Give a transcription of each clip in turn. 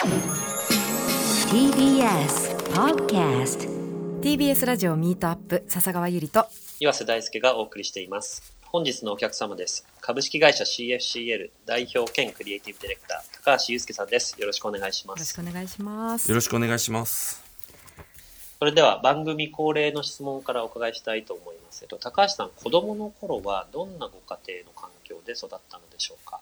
TBS Podcast TBS ラジオミートアップ笹川ゆりと岩瀬大輔がお送りしています。本日のお客様です。株式会社 CFCL 代表兼クリエイティブディレクター高橋祐介さんです。よろしくお願いします。 よろしくお願いします。 よろしくお願いします。 それでは番組恒例の質問からお伺いしたいと思います。高橋さん、子供の頃はどんなご家庭の環境で育ったのでしょうか？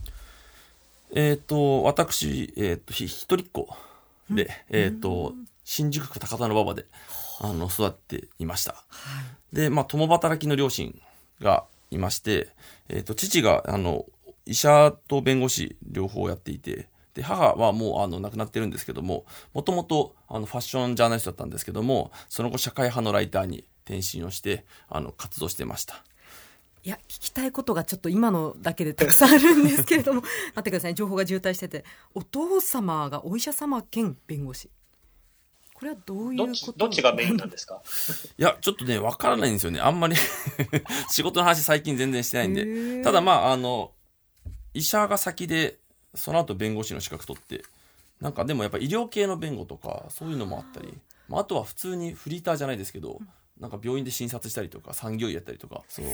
私、一人っ子で、新宿区高田馬場で育っていました。で、共働きの両親がいまして、父が医者と弁護士両方やっていて、で母はもう亡くなってるんですけども、もともとファッションジャーナリストだったんですけども、その後社会派のライターに転身をして活動してました。 いや、聞きたいことがちょっと今のだけでたくさんあるんですけれども待ってください、情報が渋滞してて。お父様がお医者様兼弁護士、これはどういうこと？ どっちがメインなんですか？ いや、ちょっとね、わからないんですよね。あんまり仕事の話最近全然してないんで。ただ医者が先で、その後弁護士の資格取って、なんかでもやっぱ医療系の弁護とか、そういうのもあったり、あとは普通にフリーターじゃないですけど、なんか病院で診察したりとか、産業医やったりとか。そう。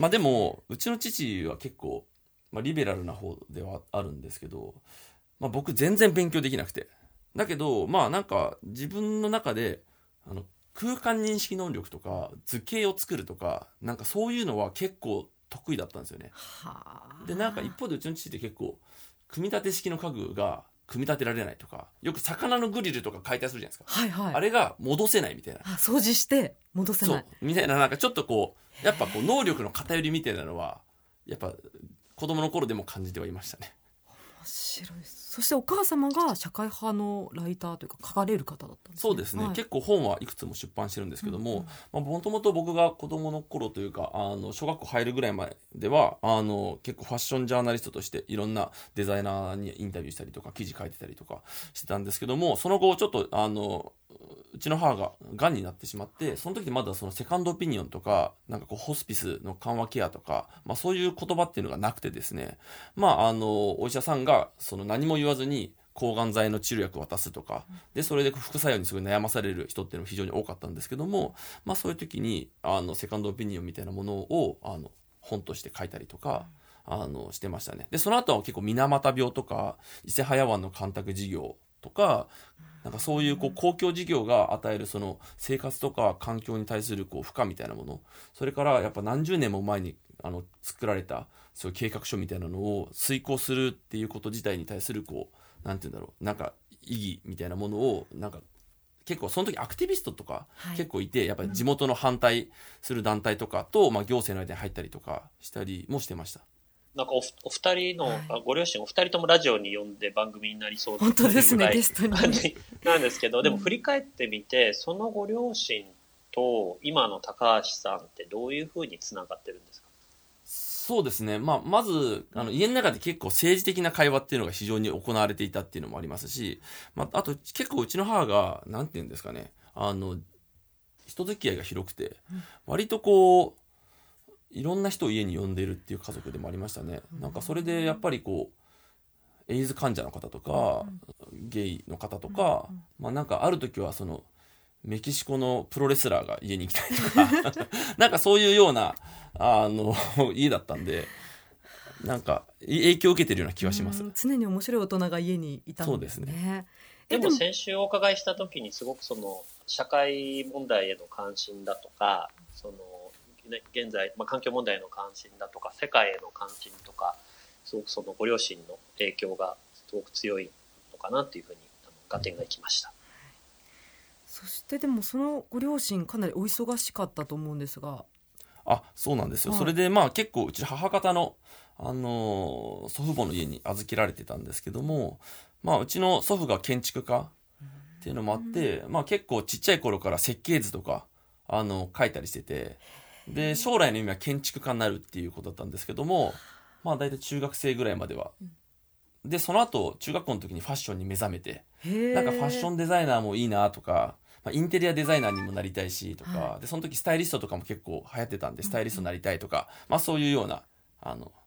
でも、うちの父は結構、リベラルな方ではあるんですけど、僕全然勉強できなくて。だけど、なんか自分の中で、空間認識能力とか、図形を作るとか、なんかそういうのは結構得意だったんですよね。で、なんか一方でうちの父って結構、組み立て式の家具が組み立てられないとか、よく魚のグリルとか解体するじゃないですか。 はいはい。 あれが戻せないみたいな。 掃除して戻せない。 そう。みたいな、なんかちょっとやっぱ能力の偏りみたいなのは、やっぱ子供の頃でも感じてはいましたね。 面白いです。そしてお母様が社会派のライターというか書かれる方だったんですね。 そうですね、結構本はいくつも出版してるんですけども、もともと僕が子供の頃というか小学校入るぐらい前では結構ファッションジャーナリストとしていろんなデザイナーにインタビューしたりとか記事書いてたりとかしてたんですけども、その後ちょっとうちの母が癌になってしまって、その時まだそのセカンドオピニオンとか、なんかホスピスの緩和ケアとか、そういう言葉っていうのがなくてですね、お医者さんがその何も言わずに抗がん剤の治療薬を渡すとか、で、それで副作用にすごい悩まされる人っていうのも非常に多かったんですけども、そういう時にセカンドオピニオンみたいなものを本として書いたりとか、してましたね。で、その後は結構水俣病とか、伊勢早湾の干拓事業とか、なんかそういう公共事業が与えるその生活とか環境に対する負荷みたいなもの、それからやっぱ何十年も前に作られたそういう計画書みたいなのを遂行するっていうこと自体に対するなんていうんだろう、なんか意義みたいなものをなんか結構その時アクティビストとか結構いて、やっぱり地元の反対する団体とかと行政の間に入ったりとかしたりもしてました。 なんかお二人の、ご両親お二人ともラジオに呼んで番組になりそう本当ですね、ゲストになんですけど、でも振り返ってみて、そのご両親と今の高橋さんってどういうふうにつながってるんですか？ そうですね、まず家の中で結構政治的な会話っていうのが非常に行われていたっていうのもありますし、あと結構うちの母がなんていうんですかね、人付き合いが広くて、割といろんな人を家に呼んでるっていう家族でもありましたね。なんかそれでやっぱりエイズ患者の方とか、ゲイの方とか、なんかある時はそのメキシコのプロレスラーが家に来たりとかなんかそういうような家だったんで、なんか影響を受けてるような気はします。 常に面白い大人が家にいたんですね。そうですね。 でも先週お伺いした時にすごくその社会問題への関心だとか、その現在、環境問題への関心だとか、世界への関心とか、すごくそのご両親の影響がすごく強いのかなっていうふうに合点がいきました。 そしてでもそのご両親かなりお忙しかったと思うんですが。 そうなんですよ。それで結構うち母方の祖父母の家に預けられてたんですけども、うちの祖父が建築家っていうのもあって、結構ちっちゃい頃から設計図とか書いたりしてて、で将来の夢は建築家になるっていうことだったんですけども、だいたい中学生ぐらいまでは、でその後中学校の時にファッションに目覚めて、なんかファッションデザイナーもいいなとか、インテリアデザイナーにもなりたいしとか、でその時スタイリストとかも結構流行ってたんでスタイリストになりたいとか、そういうような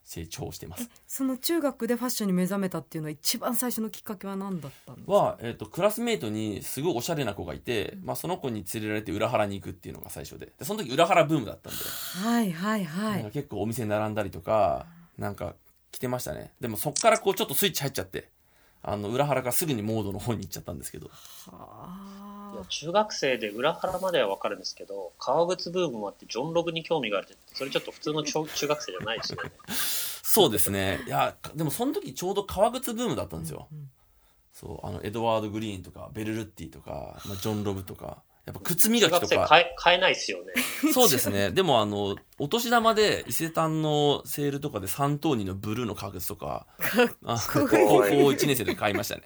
成長してます。 その中学でファッションに目覚めたっていうのは一番最初のきっかけは何だったんですか？ は、クラスメイトにすごいおしゃれな子がいて、その子に連れられて裏原に行くっていうのが最初で、その時裏原ブームだったんで、 はいはいはい。 なんか結構お店並んだりとかなんか着てましたね。でもそっからこうちょっとスイッチ入っちゃって、裏原からすぐにモードの方に行っちゃったんですけど。 いや中学生で裏原までは分かるんですけど、革靴ブームもあってジョンロブに興味があるって、それちょっと普通の中学生じゃないですよね。 そうですね。いやでもその時ちょうど革靴ブームだったんですよ。そうエドワード・グリーンとかベルルッティとか、ジョン・ロブとか、やっぱ靴磨きとか。 中学生買えないですよね。 そうですね。でもお年玉で伊勢丹のセールとかで3等2のブルーの革靴とか、高校1年生で買いましたね。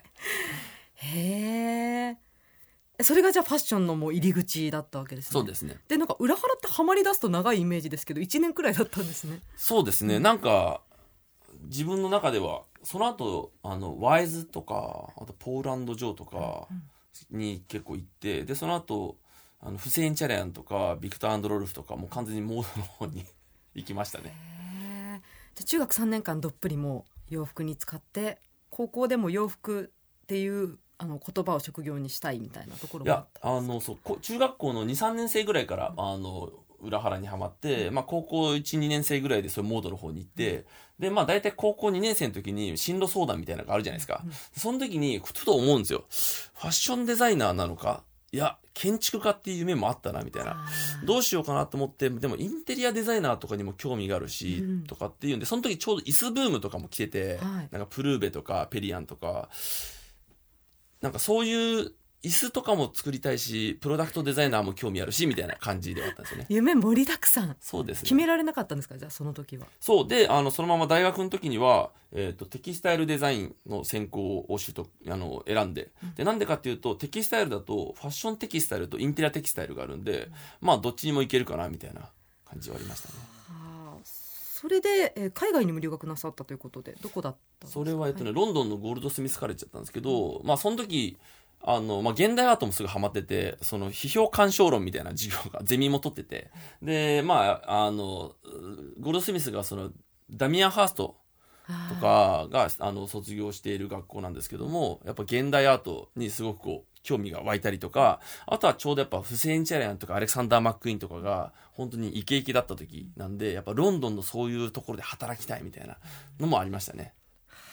へえ。それがじゃあファッションのもう入り口だったわけですね。 そうですね。 でなんか裏原ってハマり出すと長いイメージですけど、1年くらいだったんですね。 そうですね。なんか自分の中ではその後ワイズとか、あとポール&ジョーとかに結構行って、でその後フセイン・チャレアンとかビクター&ロルフとかもう完全にモードの方に行きましたね。 じゃあ中学3年間どっぷりもう洋服に使って、高校でも洋服っていう言葉を職業にしたいみたいなところもあったんですか？ そう中学校の 2,3 年生ぐらいから裏原にはまって、高校 1,2 年生ぐらいでそういうモードの方に行って、で大体高校2年生の時に進路相談みたいなのがあるじゃないですか。その時にふと思うんですよ。ファッションデザイナーなのか、いや建築家っていう夢もあったなみたいな、どうしようかなと思って、でもインテリアデザイナーとかにも興味があるし、とかっていうんで、その時ちょうど椅子ブームとかも来てて、なんかプルーベとかペリアンとか、なんかそういう椅子とかも作りたいし、プロダクトデザイナーも興味あるしみたいな感じであったんですよね。 夢盛りだくさん。 そうですね。 決められなかったんですか、じゃあその時は。 そうで、そのまま大学の時には、テキスタイルデザインの専攻を選んで、でなんでかっていうと、テキスタイルだとファッションテキスタイルとインテリアテキスタイルがあるんで、どっちにもいけるかなみたいな感じはありましたね。 それで、海外にも留学なさったということで、どこだったんですか？ それはロンドンのゴールドスミスカレッジだったんですけど、その時現代アートもすぐハマってて、その批評鑑賞論みたいな授業がゼミも取ってて、でゴールドスミスがそのダミアン・ハーストとかが卒業している学校なんですけども、やっぱ現代アートにすごくこう興味が湧いたりとか、あとはちょうどやっぱフセイン・チャレアンとかアレクサンダー・マックイーンとかが本当にイケイケだった時なんで、やっぱロンドンのそういうところで働きたいみたいなのもありましたね。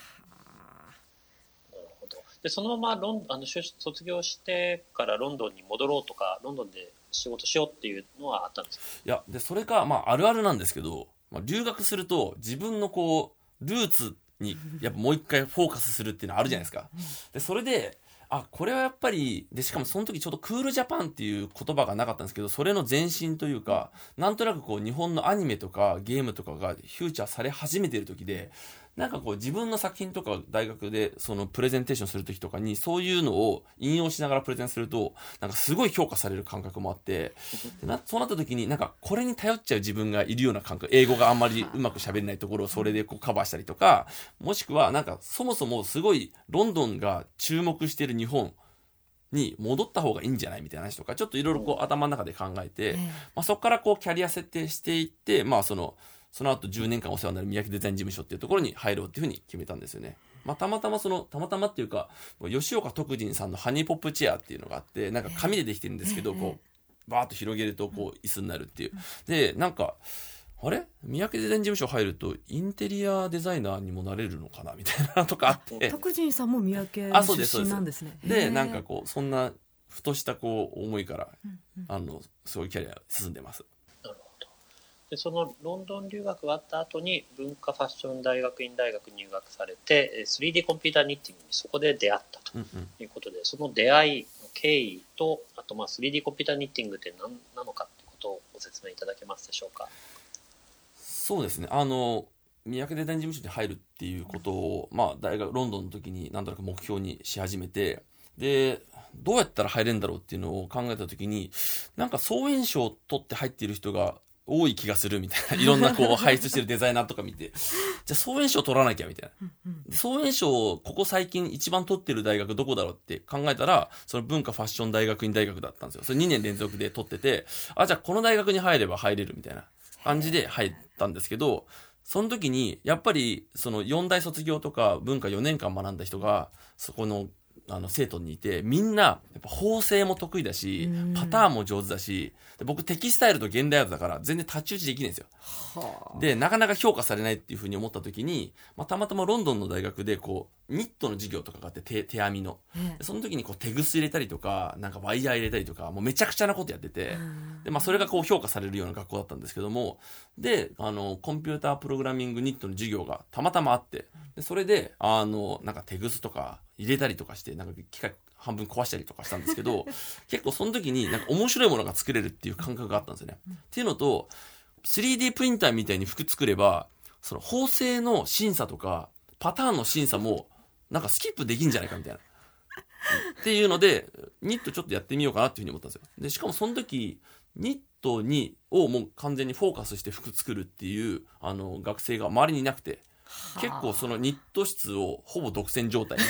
でそのまま卒業してからロンドンに戻ろうとか、ロンドンで仕事しようっていうのはあったんですか？ いやでそれがあるあるなんですけど、留学すると自分のこうルーツにやっぱもう一回フォーカスするっていうのはあるじゃないですか。でそれでこれはやっぱりで、しかもその時ちょうどクールジャパンっていう言葉がなかったんですけど、それの前身というか、なんとなくこう日本のアニメとかゲームとかがフューチャーされ始めている時で、なんかこう自分の作品とか大学でそのプレゼンテーションする時とかにそういうのを引用しながらプレゼンすると、なんかすごい評価される感覚もあって、そうなった時になんかこれに頼っちゃう自分がいるような感覚、英語があんまりうまく喋れないところをそれでこうカバーしたりとか、もしくはなんかそもそもすごいロンドンが注目している日本に戻った方がいいんじゃないみたいな話とか、ちょっといろいろこう頭の中で考えて、そこからこうキャリア設定していって、その後10年間お世話になる三宅デザイン事務所っていうところに入ろうっていうふうに決めたんですよね。たまたまっていうか、吉岡徳仁さんのハニーポップチェアっていうのがあって、なんか紙でできてるんですけど、こうバーッと広げるとこう椅子になるっていう。でなんかあれ三宅デザイン事務所入るとインテリアデザイナーにもなれるのかなみたいなとかあって、 徳仁さんも三宅の出身なんですね。 でなんかこうそんなふとしたこう思いから、そういうキャリア進んでます。 なるほど。でそのロンドン留学があった後に文化ファッション大学院大学に入学されて 3D コンピューターニッティングにそこで出会ったということで、その出会いの経緯と、あと3D コンピューターニッティングって何なのかということをご説明いただけますでしょうか。 そうですね、三宅デザイン事務所に入るっていうことを、大学ロンドンの時になんとなく目標にし始めて、でどうやったら入れるんだろうっていうのを考えた時に、なんか総演賞を取って入っている人が多い気がするみたいな、いろんなこう輩出してるデザイナーとか見てじゃあ総演賞取らなきゃみたいな、総演賞をここ最近一番取ってる大学どこだろうって考えたら、その文化ファッション大学院大学だったんですよ。それ2年連続で取ってて、じゃあこの大学に入れば入れるみたいな感じで入ったんですけど、 その時にやっぱりその4大卒業とか文化4年間学んだ人がそこの生徒にいて、みんなやっぱ縫製も得意だしパターンも上手だし、で僕テキスタイルと現代アートだから全然太刀打ちできないんですよ。でなかなか評価されないっていうふうに思った時に、たまたまロンドンの大学でこうニットの授業とかがあって、手編みの、その時にこうテグス入れたりとかなんかワイヤー入れたりとか、もうめちゃくちゃなことやってて、で、それがこう評価されるような学校だったんですけども、でコンピュータープログラミングニットの授業がたまたまあって、でそれでなんかテグスとか入れたりとかして、なんか機械半分壊したりとかしたんですけど結構その時になんか面白いものが作れるっていう感覚があったんですよね。っていうのと 3D プリンターみたいに服作れば、その縫製の審査とかパターンの審査もなんかスキップできんじゃないかみたいなっていうので、ニットちょっとやってみようかなっていうふうに思ったんですよ。でしかもその時ニットをもう完全にフォーカスして服作るっていう学生が周りにいなくて、結構そのニット室をほぼ独占状態で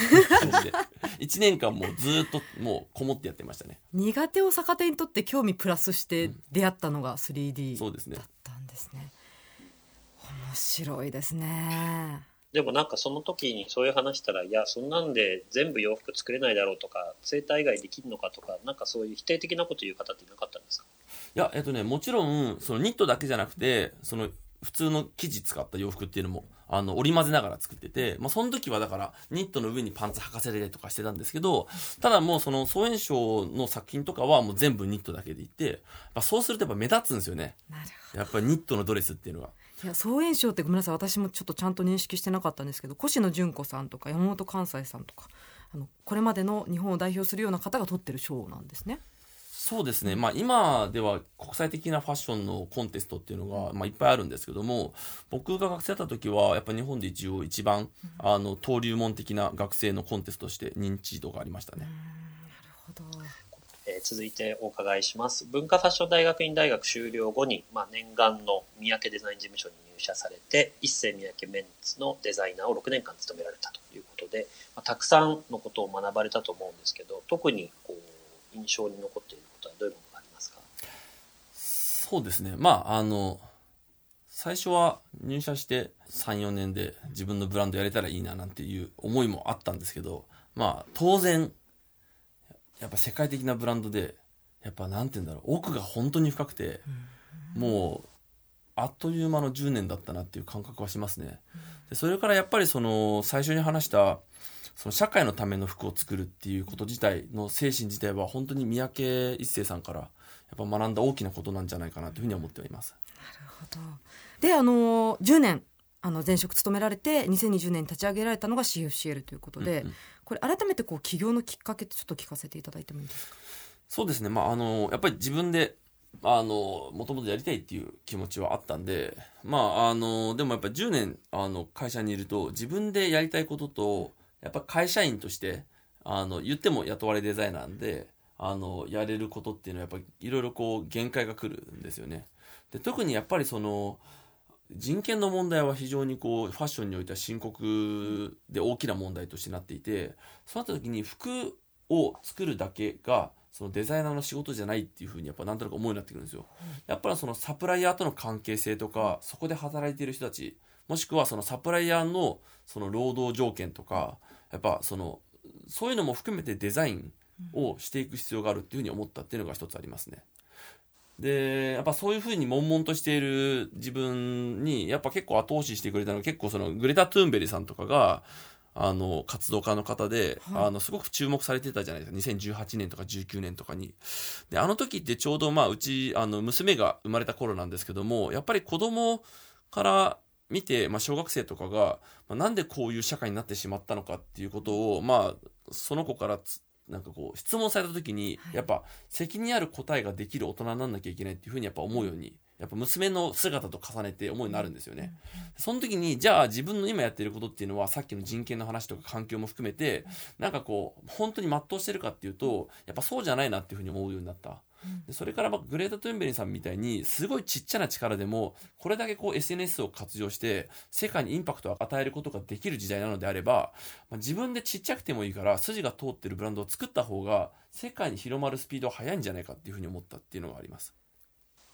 1年間もうずっともうこもってやってましたね。 苦手を逆手にとって興味プラスして出会ったのが 3D そうですねだったんですね。面白いですね。 でもなんかその時にそういう話したら、いやそんなんで全部洋服作れないだろうとか、セーター以外できるのかとか、なんかそういう否定的なこと言う方っていなかったんですか？ いやもちろんそのニットだけじゃなくて、その普通の生地使った洋服っていうのも織り交ぜながら作ってて、その時はだからニットの上にパンツ履かせたりとかしてたんですけど、ただもうその総演賞の作品とかはもう全部ニットだけでいって、そうするとやっぱ目立つんですよね。 なるほど。 やっぱりニットのドレスっていうのが。 いや総演賞ってごめんなさい、私もちょっとちゃんと認識してなかったんですけど、越野純子さんとか山本関西さんとかこれまでの日本を代表するような方が取ってる賞なんですね。 そうですね、今では国際的なファッションのコンテストっていうのが、いっぱいあるんですけども、僕が学生だった時はやっぱ日本で一番登竜門的な学生のコンテストとして認知度がありましたね。 なるほど。 続いてお伺いします。文化ファッション大学院大学修了後に、念願の三宅デザイン事務所に入社されて、一世三宅メンツのデザイナーを6年間務められたということで、たくさんのことを学ばれたと思うんですけど、特に印象に残っていることはどういうものがありますか？ そうですね、最初は入社して3、4年で自分のブランドやれたらいいななんていう思いもあったんですけど、当然やっぱ世界的なブランドで、やっぱなんて言うんだろう、奥が本当に深くて、もうあっという間の10年だったなっていう感覚はしますね。でそれからやっぱりその最初に話したその社会のための服を作るっていうこと自体の精神自体は本当に三宅一生さんからやっぱ学んだ大きなことなんじゃないかなというふうに思っております。 なるほど。で10年前職務められて2020年に立ち上げられたのが CFCL ということで、これ改めて起業のきっかけってちょっと聞かせていただいてもいいですか？ そうですね、やっぱり自分でもともとやりたいっていう気持ちはあったんで、でもやっぱり10年会社にいると自分でやりたいことと、やっぱ会社員として言っても雇われデザイナーなんでやれることっていうのはやっぱりいろいろ限界が来るんですよね。で特にやっぱりその人権の問題は非常にファッションにおいては深刻で大きな問題としてなっていて、そうなった時に服を作るだけがそのデザイナーの仕事じゃないっていうふうにやっぱなんとなく思うようになってくるんですよ。やっぱりそのサプライヤーとの関係性とか、そこで働いている人たち、もしくはそのサプライヤーのその労働条件とか、やっぱそういうのも含めてデザインをしていく必要があるっていうふうに思ったっていうのが一つありますね。でやっぱそういうふうに悶々としている自分にやっぱ結構後押ししてくれたのは、結構そのグレタ・トゥーンベリさんとかが活動家の方で、すごく注目されてたじゃないですか、2018年とか19年とかに。で時ってちょうどうち娘が生まれた頃なんですけども、やっぱり子供から見て、小学生とかが、なんでこういう社会になってしまったのかっていうことを、その子からなんか質問された時に、やっぱ責任ある答えができる大人にならなきゃいけないっていうふうにやっぱ思うように、やっぱ娘の姿と重ねて思うようになるんですよね。その時にじゃあ自分の今やってることっていうのは、さっきの人権の話とか環境も含めてなんか本当に全うしてるかっていうと、やっぱそうじゃないなっていうふうに思うようになった。でそれからグレータ・トゥーンベリンさんみたいにすごいちっちゃな力でもこれだけSNS を活用して世界にインパクトを与えることができる時代なのであれば、自分でちっちゃくてもいいから筋が通ってるブランドを作った方が世界に広まるスピードは速いんじゃないかっていうふうに思ったっていうのがあります。 な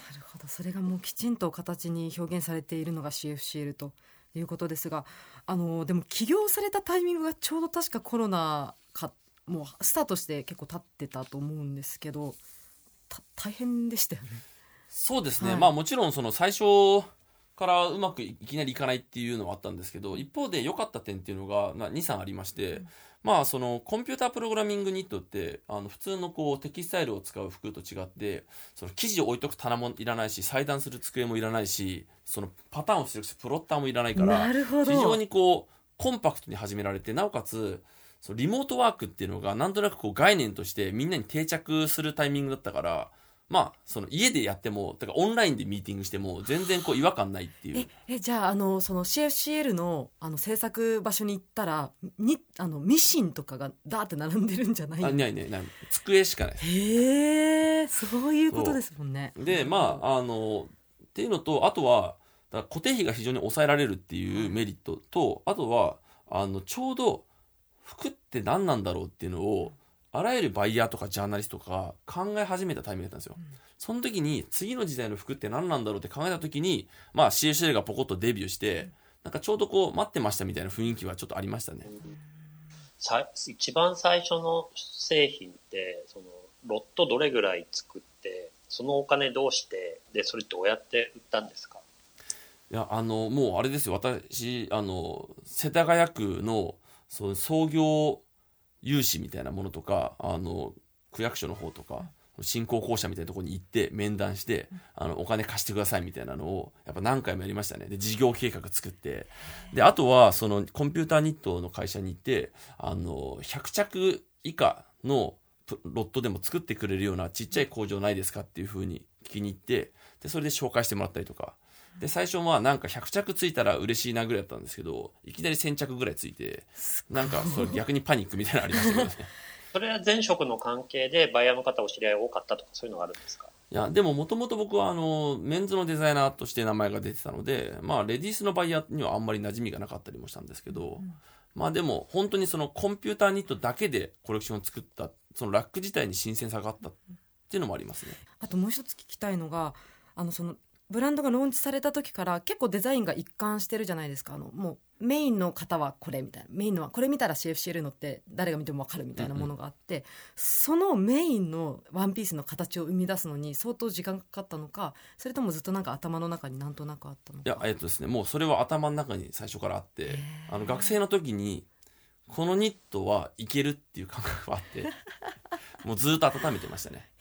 るほど、それがもうきちんと形に表現されているのが CFCL ということですが、でも起業されたタイミングがちょうど確かコロナか、もうスタートして結構経ってたと思うんですけど、大変でしたよね。 そうですね、 はいまあもちろんその最初からうまくいきなりいかないっていうのはあったんですけど、一方で良かった点っていうのが、2、3ありまして、まあそのコンピュータープログラミングニットって普通のこうテキスタイルを使う服と違って、その生地を置いとく棚もいらないし、裁断する机もいらないし、そのパターンを出力するプロッターもいらないから、 なるほど。 非常にこうコンパクトに始められて、なおかつそのリモートワークっていうのがなんとなくこう概念としてみんなに定着するタイミングだったから、まあその家でやっても、だからオンラインでミーティングしても全然こう違和感ないっていう。 じゃあその CFCL の制作場所に行ったらミシンとかがダーって並んでるんじゃない？ ない机しかない。 へえ、そういうことですもんね。 でまあっていうのと、あとはだから固定費が非常に抑えられるっていうメリットと、あとはちょうど服って何なんだろうっていうのをあらゆるバイヤーとかジャーナリストが考え始めたタイミングだったんですよ。その時に次の時代の服って何なんだろうって考えた時に、まあ CFCL がポコッとデビューして、なんかちょうどこう待ってましたみたいな雰囲気はちょっとありましたね。 一番最初の製品ってそのロットどれぐらい作って、そのお金どうして、でそれどうやって売ったんですか？ いやもうあれですよ、私世田谷区のその創業融資みたいなものとか、区役所の方とか振興公社みたいなところに行って面談して、お金貸してくださいみたいなのをやっぱ何回もやりましたね。で事業計画作って、であとはそのコンピューターニットの会社に行って、100着以下のロットでも作ってくれるようなちっちゃい工場ないですかっていう風に聞きに行って、でそれで紹介してもらったりとかで、最初はなんか100着ついたら嬉しいなぐらいだったんですけど、いきなり1000着ぐらいついて、なんかそれ逆にパニックみたいなのありましたけどね。 それは前職の関係でバイヤーの方お知り合い多かったとか、そういうのがあるんですか？ いやでももともと僕はメンズのデザイナーとして名前が出てたので、まあレディースのバイヤーにはあんまり馴染みがなかったりもしたんですけど、まあでも本当にそのコンピューターニットだけでコレクションを作った、そのラック自体に新鮮さがあったっていうのもありますね。 あともう一つ聞きたいのが、そのブランドがローンチされた時から結構デザインが一貫してるじゃないですか。もうメインの方はこれみたいな、メインのはこれ見たら CFCL のって誰が見ても分かるみたいなものがあって、そのメインのワンピースの形を生み出すのに相当時間かかったのか、それともずっとなんか頭の中になんとなくあったのか。 いやですね、もうそれは頭の中に最初からあって、学生の時にこのニットはいけるっていう感覚があってもうずっと温めてましたね。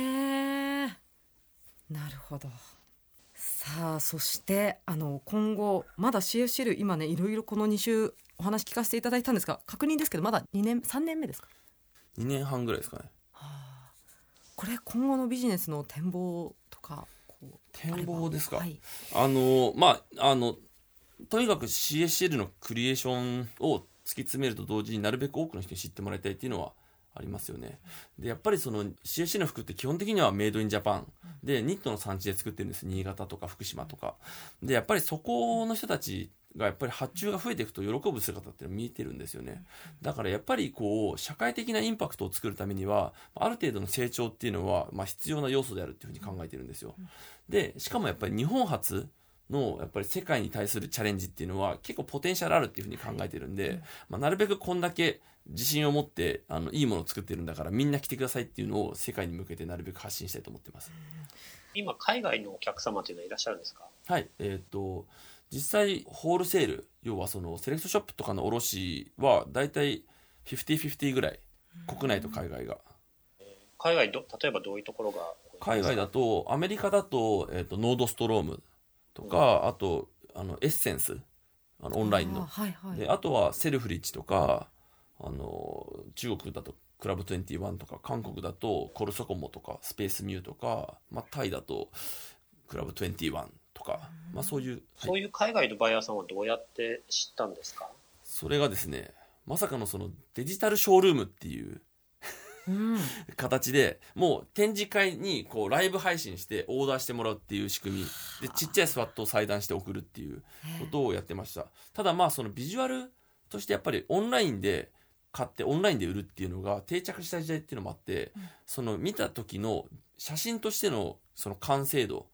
なるほど。さあそして今後まだ CFCL 今ねいろいろこの2週お話聞かせていただいたんですが、確認ですけどまだ3年目ですか ？2年半ぐらいですかね。 これ今後のビジネスの展望とか展望ですか？ はい、 まあとにかく CFCL のクリエーションを突き詰めると同時になるべく多くの人に知ってもらいたいっていうのはありますよね。でやっぱりその CFC の服って基本的にはメイドインジャパンでニットの産地で作ってるんです。新潟とか福島とかで、やっぱりそこの人たちがやっぱり発注が増えていくと喜ぶ姿っていうのを見てるんですよね。だからやっぱりこう社会的なインパクトを作るためにはある程度の成長っていうのは必要な要素であるっていうふうに考えてるんですよ。でしかもやっぱり日本初のやっぱり世界に対するチャレンジっていうのは結構ポテンシャルあるっていうふうに考えてるんで、なるべくこんだけ自信を持っていいものを作ってるんだからみんな来てくださいっていうのを世界に向けてなるべく発信したいと思ってます。 今海外のお客様っていうのはいらっしゃるんですか？ はい、実際ホールセール、要はそのセレクトショップとかの卸はだいたい 50-50 ぐらい、国内と海外が。 海外例えばどういうところが多いですか？ 海外だとアメリカだと、ノードストロームとか、あとエッセンスオンラインの、であとはセルフリッチとか中国だとクラブ21とか、韓国だとコルソコモとかスペースミューとか、タイだとクラブ21とか、そういう、 そういう海外のバイヤーさんはどうやって知ったんですか？ それがですね、まさかのそのデジタルショールームっていう形で、もう展示会にこうライブ配信してオーダーしてもらうっていう仕組みで、ちっちゃいスワットを裁断して送るっていうことをやってました。ただそのビジュアルとしてやっぱりオンラインで買ってオンラインで売るっていうのが定着した時代っていうのもあって、その見た時の写真としてのその完成度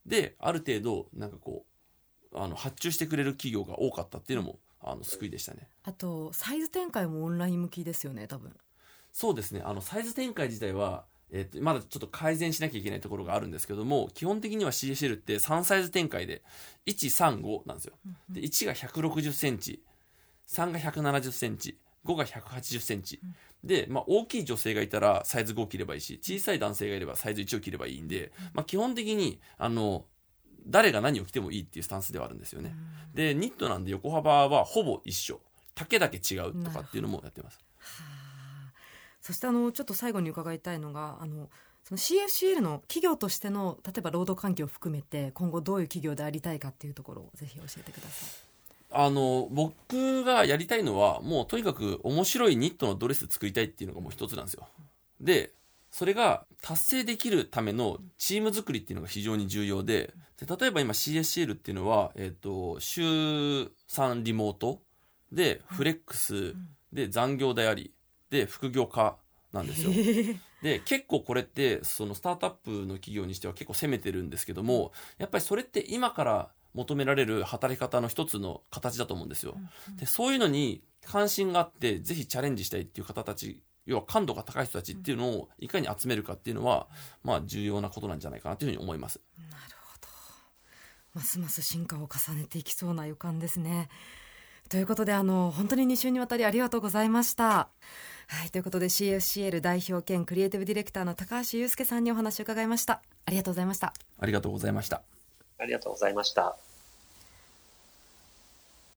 である程度なんかこう発注してくれる企業が多かったっていうのも救いでしたね。 あとサイズ展開もオンライン向きですよね多分。 そうですね、サイズ展開自体は、まだちょっと改善しなきゃいけないところがあるんですけども、基本的には CSL って3サイズ展開で135なんですよ。で1が160センチ、3が170センチ、5が180センチで、大きい女性がいたらサイズ5を着ればいいし、小さい男性がいればサイズ1を着ればいいんで、基本的に誰が何を着てもいいっていうスタンスではあるんですよね。でニットなんで横幅はほぼ一緒、丈だけ違うとかっていうのもやってます。 そしてちょっと最後に伺いたいのがその CFCL の企業としての例えば労働環境を含めて今後どういう企業でありたいかっていうところをぜひ教えてください。 僕がやりたいのはもうとにかく面白いニットのドレス作りたいっていうのがもう一つなんですよ。でそれが達成できるためのチーム作りっていうのが非常に重要で、例えば今 CSCL っていうのは、週3リモートでフレックスで残業代ありで副業家なんですよ。で結構これってそのスタートアップの企業にしては結構攻めてるんですけども、やっぱりそれって今から求められる働き方の一つの形だと思うんですよ。でそういうのに関心があってぜひチャレンジしたいっていう方たち、要は感度が高い人たちっていうのをいかに集めるかっていうのは、重要なことなんじゃないかなというふうに思います。 なるほど、ますます進化を重ねていきそうな予感ですね。ということで本当に2週にわたりありがとうございました。はい、ということで CFCL 代表兼クリエイティブディレクターの高橋祐介さんにお話を伺いました。ありがとうございました。 ありがとうございました。 ありがとうございました。